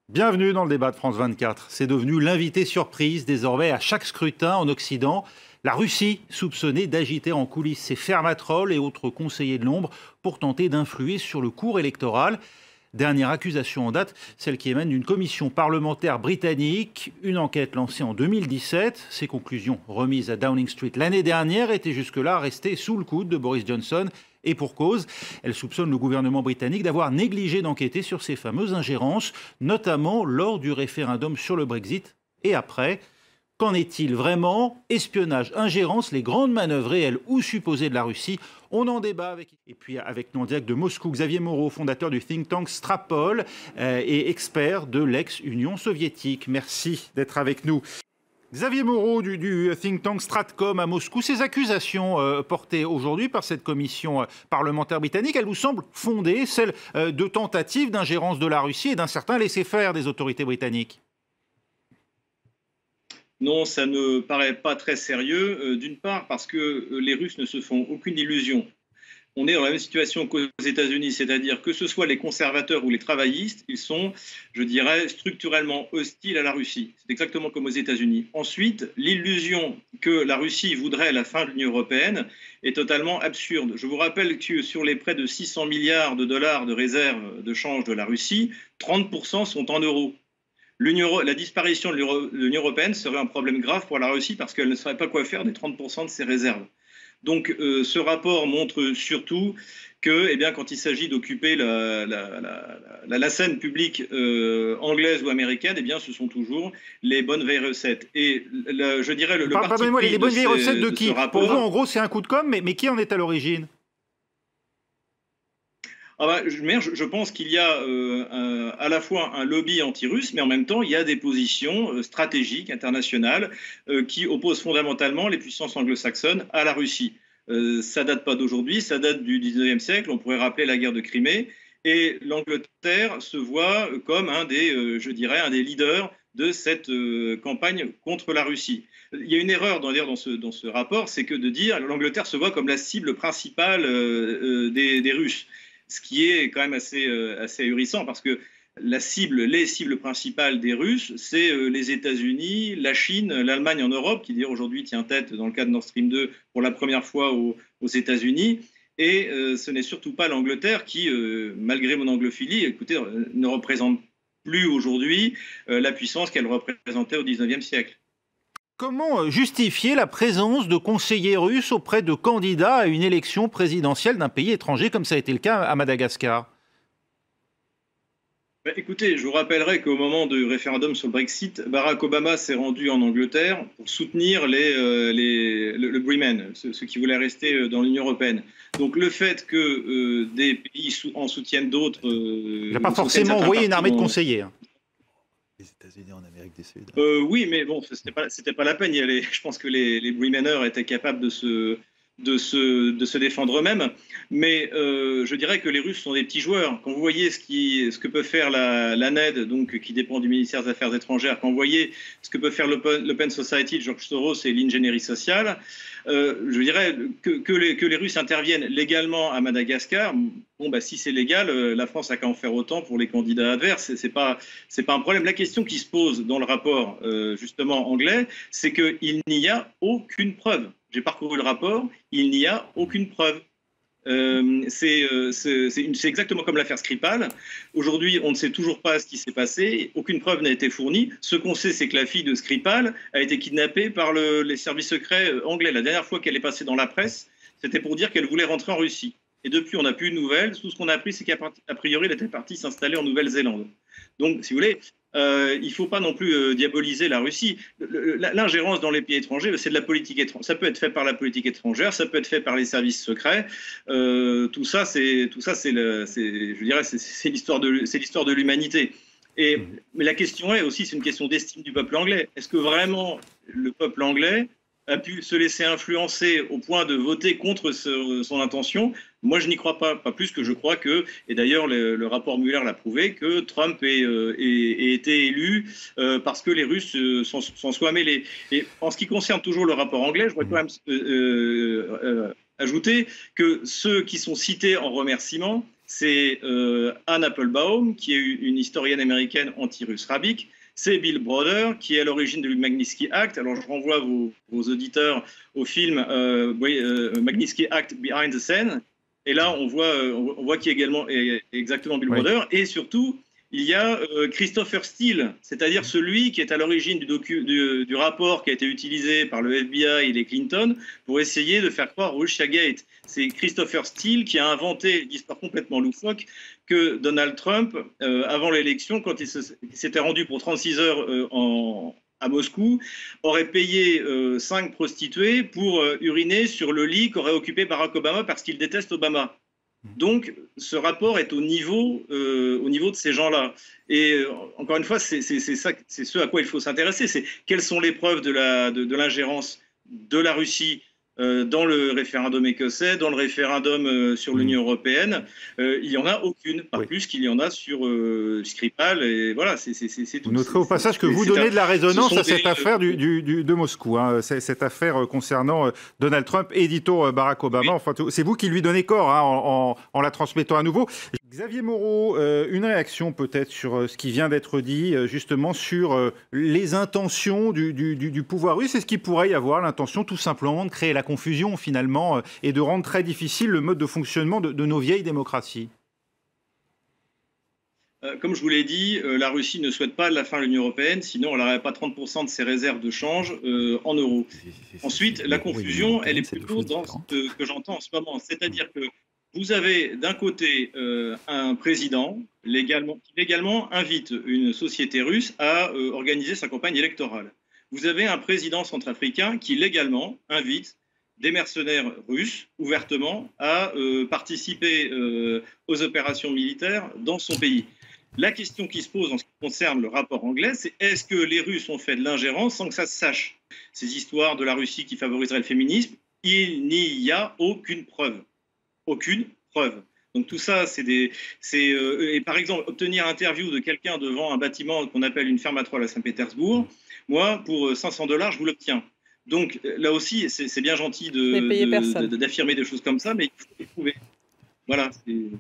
Bienvenue dans le débat de France 24. C'est devenu l'invité surprise désormais à chaque scrutin en Occident. La Russie, soupçonnée d'agiter en coulisses ses fermatrolles et autres conseillers de l'ombre pour tenter d'influer sur le cours électoral. Dernière accusation en date, celle qui émane d'une commission parlementaire britannique. Une enquête lancée en 2017. Ses conclusions remises à Downing Street l'année dernière étaient jusque-là restées sous le coude de Boris Johnson. Et pour cause, elle soupçonne le gouvernement britannique d'avoir négligé d'enquêter sur ces fameuses ingérences, notamment lors du référendum sur le Brexit et après. Qu'en est-il vraiment? Espionnage, ingérence, les grandes manœuvres réelles ou supposées de la Russie? On en débat avec nous en direct de Moscou, Xavier Moreau, fondateur du think tank Strapol et expert de l'ex-Union soviétique. Merci d'être avec nous. Xavier Moreau du think tank Stratcom à Moscou, ces accusations portées aujourd'hui par cette commission parlementaire britannique, elles vous semblent fondées, celles de tentatives d'ingérence de la Russie et d'un certain laisser-faire des autorités britanniques? Non, ça ne paraît pas très sérieux, d'une part parce que les Russes ne se font aucune illusion. On est dans la même situation qu'aux États-Unis, c'est-à-dire que ce soit les conservateurs ou les travaillistes, ils sont, je dirais, structurellement hostiles à la Russie. C'est exactement comme aux États-Unis. Ensuite, l'illusion que la Russie voudrait la fin de l'Union européenne est totalement absurde. Je vous rappelle que sur les près de 600 milliards de dollars de réserves de change de la Russie, 30% sont en euros. La disparition de l'Union européenne serait un problème grave pour la Russie parce qu'elle ne saurait pas quoi faire des 30% de ses réserves. Donc ce rapport montre surtout que quand il s'agit d'occuper la scène publique anglaise ou américaine, ce sont toujours les bonnes vieilles recettes. Et je dirais le parti pris les bonnes vieilles recettes de qui? Rapport, pour vous, en gros, c'est un coup de com', mais qui en est à l'origine? je pense qu'il y a à la fois un lobby anti-russe, mais en même temps, il y a des positions stratégiques internationales qui opposent fondamentalement les puissances anglo-saxonnes à la Russie. Ça date pas d'aujourd'hui, ça date du 19e siècle. On pourrait rappeler la guerre de Crimée. Et l'Angleterre se voit comme un des leaders de cette campagne contre la Russie. Il y a une erreur dans ce rapport, c'est que de dire l'Angleterre se voit comme la cible principale des Russes. Ce qui est quand même assez ahurissant parce que les cibles principales des Russes, c'est les États-Unis, la Chine, l'Allemagne en Europe, qui d'ailleurs aujourd'hui tient tête dans le cas de Nord Stream 2 pour la première fois aux États-Unis. Et ce n'est surtout pas l'Angleterre qui, malgré mon anglophilie, écoutez, ne représente plus aujourd'hui la puissance qu'elle représentait au 19e siècle. Comment justifier la présence de conseillers russes auprès de candidats à une élection présidentielle d'un pays étranger, comme ça a été le cas à Madagascar? Écoutez, je vous rappellerai qu'au moment du référendum sur le Brexit, Barack Obama s'est rendu en Angleterre pour soutenir le Bremen, ceux qui voulaient rester dans l'Union européenne. Donc le fait que des pays en soutiennent d'autres... il n'a pas forcément envoyé une armée de conseillers. Les États-Unis en Amérique du Sud. Oui, mais bon, c'était pas la peine d'y aller. Je pense que les Bremeners étaient capables de se défendre eux-mêmes. Mais je dirais que les Russes sont des petits joueurs. Quand vous voyez ce que peut faire la NED, donc, qui dépend du ministère des Affaires étrangères, quand vous voyez ce que peut faire l'Open Society de George Soros et l'ingénierie sociale, je dirais que les Russes interviennent légalement à Madagascar. Si c'est légal, la France n'a qu'à en faire autant pour les candidats adverses. C'est pas un problème. La question qui se pose dans le rapport justement anglais, c'est qu'il n'y a aucune preuve. J'ai parcouru le rapport, il n'y a aucune preuve. C'est exactement comme l'affaire Skripal. Aujourd'hui, on ne sait toujours pas ce qui s'est passé. Aucune preuve n'a été fournie. Ce qu'on sait, c'est que la fille de Skripal a été kidnappée par les services secrets anglais. La dernière fois qu'elle est passée dans la presse, c'était pour dire qu'elle voulait rentrer en Russie. Et depuis, on n'a plus de nouvelles. Tout ce qu'on a appris, c'est qu'a priori, elle était partie s'installer en Nouvelle-Zélande. Donc, si vous voulez, il ne faut pas non plus diaboliser la Russie. L'ingérence dans les pays étrangers, c'est de la politique étrangère. Ça peut être fait par la politique étrangère, ça peut être fait par les services secrets. Tout ça, c'est l'histoire de l'humanité. Mais la question est aussi, c'est une question d'estime du peuple anglais. Est-ce que vraiment le peuple anglais a pu se laisser influencer au point de voter contre son intention? Moi, je n'y crois pas plus que je crois que, et d'ailleurs le rapport Mueller l'a prouvé, que Trump ait été élu parce que les Russes s'en soient mêlés. Et en ce qui concerne toujours le rapport anglais, je voudrais quand même ajouter que ceux qui sont cités en remerciement, c'est Anne Applebaum, qui est une historienne américaine anti-russe rabique. C'est Bill Browder, qui est à l'origine du Magnitsky Act. Alors, je renvoie vos auditeurs au film Magnitsky Act Behind the Scene. Et là, on voit qui est exactement Bill Browder. Et surtout, il y a Christopher Steele, c'est-à-dire celui qui est à l'origine du rapport qui a été utilisé par le FBI et les Clinton pour essayer de faire croire Russia Gate. C'est Christopher Steele qui a inventé l'histoire complètement loufoque que Donald Trump, avant l'élection, quand il s'était rendu pour 36 heures à Moscou, aurait payé 5 prostituées pour uriner sur le lit qu'aurait occupé Barack Obama parce qu'il déteste Obama. Donc, ce rapport est au niveau de ces gens-là. Et encore une fois, c'est ce à quoi il faut s'intéresser. C'est quelles sont les preuves de l'ingérence de la Russie dans le référendum écossais, dans le référendum sur l'Union européenne. Il n'y en a aucune, pas plus qu'il y en a sur Skripal. Et voilà, c'est tout. Vous noterez au passage que vous donnez de la résonance à cette affaire de Moscou, hein, cette affaire concernant Donald Trump et Edito Barack Obama. Oui. Enfin, c'est vous qui lui donnez corps hein, en la transmettant à nouveau. Xavier Moreau, une réaction peut-être sur ce qui vient d'être dit, justement sur les intentions du pouvoir russe. Est-ce qu'il pourrait y avoir l'intention tout simplement de créer la confusion finalement et de rendre très difficile le mode de fonctionnement de nos vieilles démocraties ? Comme je vous l'ai dit, la Russie ne souhaite pas la fin de l'Union européenne, sinon elle n'aurait pas 30% de ses réserves de change en euros. Ensuite, la confusion, elle est plutôt dans ce que j'entends en ce moment. C'est-à-dire que vous avez d'un côté un président qui légalement invite une société russe à organiser sa campagne électorale. Vous avez un président centrafricain qui légalement invite des mercenaires russes ouvertement à participer aux opérations militaires dans son pays. La question qui se pose en ce qui concerne le rapport anglais, c'est est-ce que les Russes ont fait de l'ingérence sans que ça se sache? Ces histoires de la Russie qui favoriserait le féminisme, il n'y a aucune preuve. Aucune preuve. Donc tout ça, et par exemple, obtenir une interview de quelqu'un devant un bâtiment qu'on appelle une ferme à trolls à Saint-Pétersbourg, moi, pour $500, je vous l'obtiens. Donc là aussi, c'est bien gentil d'affirmer des choses comme ça, mais il faut les prouver. Voilà.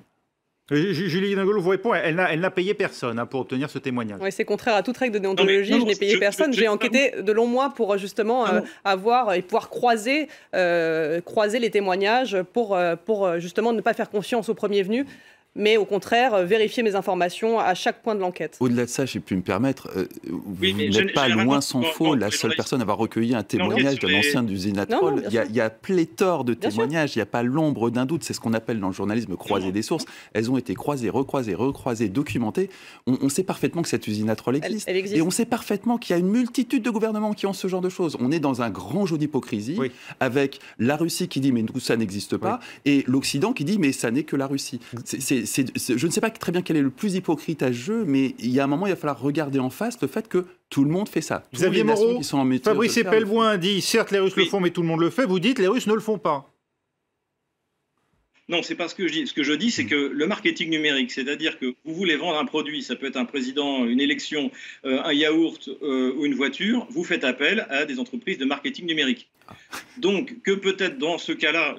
Julie Nangolo vous répond, elle n'a payé personne hein, pour obtenir ce témoignage. Oui, c'est contraire à toute règle de déontologie, je n'ai payé personne. J'ai enquêté de longs mois pour justement avoir et pouvoir croiser les témoignages pour justement ne pas faire confiance au premier venu, mais au contraire, vérifier mes informations à chaque point de l'enquête. Au-delà de ça, j'ai pu me permettre, vous n'êtes pas loin sans faux la seule personne à avoir recueilli un témoignage d'un ancien d'usine à trolls. Il y a pléthore de témoignages, il n'y a pas l'ombre d'un doute. C'est ce qu'on appelle dans le journalisme croiser des sources. Elles ont été croisées, recroisées, documentées. On sait parfaitement que cette usine à trolls existe. Elle existe. Et on sait parfaitement qu'il y a une multitude de gouvernements qui ont ce genre de choses. On est dans un grand jeu d'hypocrisie avec la Russie qui dit mais tout ça n'existe pas et l'Occident qui dit mais ça n'est que la Russie. Je ne sais pas très bien quel est le plus hypocrite à ce jeu, mais il y a un moment, il va falloir regarder en face le fait que tout le monde fait ça. Xavier Moreau, Fabrice Epelvoin dit, certes les Russes le font, mais tout le monde le fait. Vous dites, les Russes ne le font pas. Non, c'est pas ce que je dis. Ce que je dis, c'est que le marketing numérique, c'est-à-dire que vous voulez vendre un produit, ça peut être un président, une élection, un yaourt ou une voiture, vous faites appel à des entreprises de marketing numérique. Donc, que peut-être dans ce cas-là,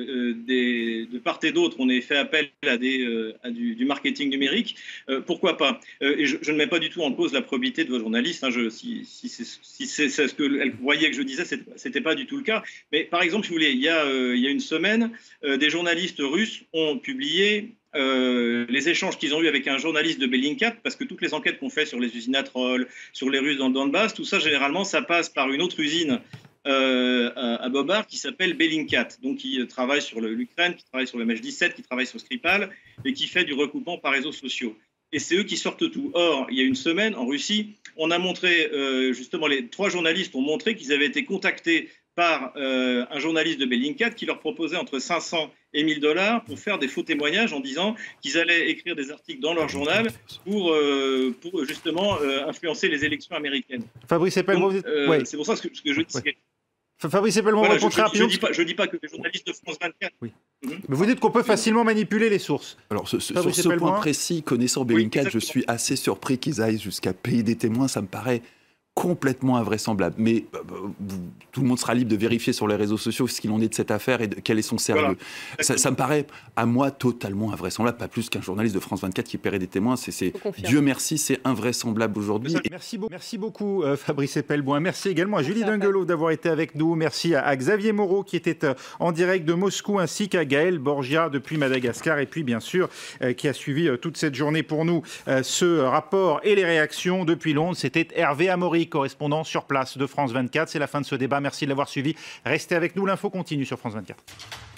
de part et d'autre, on ait fait appel à du marketing numérique, pourquoi pas? Et je ne mets pas du tout en cause la probité de vos journalistes. Hein, si c'est ce qu'elle voyait que je disais, c'était pas du tout le cas. Mais par exemple, si vous voulez, il y a une semaine, des journalistes russes ont publié les échanges qu'ils ont eus avec un journaliste de Bellingcat, parce que toutes les enquêtes qu'on fait sur les usines à trolls, sur les Russes dans le Donbass, tout ça, généralement, ça passe par une autre usine à Bobar qui s'appelle Bellingcat, donc qui travaille sur l'Ukraine, qui travaille sur le MH17, qui travaille sur Skripal et qui fait du recoupement par réseaux sociaux. Et c'est eux qui sortent tout. Or, il y a une semaine, en Russie, on a montré, justement, les 3 journalistes ont montré qu'ils avaient été contactés par un journaliste de Bellingcat qui leur proposait entre 500 et $1000 pour faire des faux témoignages en disant qu'ils allaient écrire des articles dans leur journal pour justement influencer les élections américaines. Fabrice Epelvoin, c'est pour ça que ce que je dis, c'est... Fabrice Epelvoin, voilà, je dis pas que les journalistes de France 24... Oui. Mais vous dites qu'on peut facilement manipuler les sources. Alors, sur ce point précis, connaissant Bellingcat, je suis assez surpris qu'ils aillent jusqu'à payer des témoins. Ça me paraît complètement invraisemblable. Mais tout le monde sera libre de vérifier sur les réseaux sociaux ce qu'il en est de cette affaire et quel est son sérieux. Voilà. Ça me paraît, à moi, totalement invraisemblable, pas plus qu'un journaliste de France 24 qui paierait des témoins. Dieu merci, c'est invraisemblable aujourd'hui. Merci beaucoup, Fabrice Epelboin. Merci également à Julie Dungelot d'avoir été avec nous. Merci à Xavier Moreau qui était en direct de Moscou, ainsi qu'à Gaël Borgia depuis Madagascar. Et puis, bien sûr, qui a suivi toute cette journée pour nous ce rapport et les réactions depuis Londres. C'était Hervé Amaury, correspondant sur place de France 24. C'est la fin de ce débat. Merci de l'avoir suivi. Restez avec nous. L'info continue sur France 24.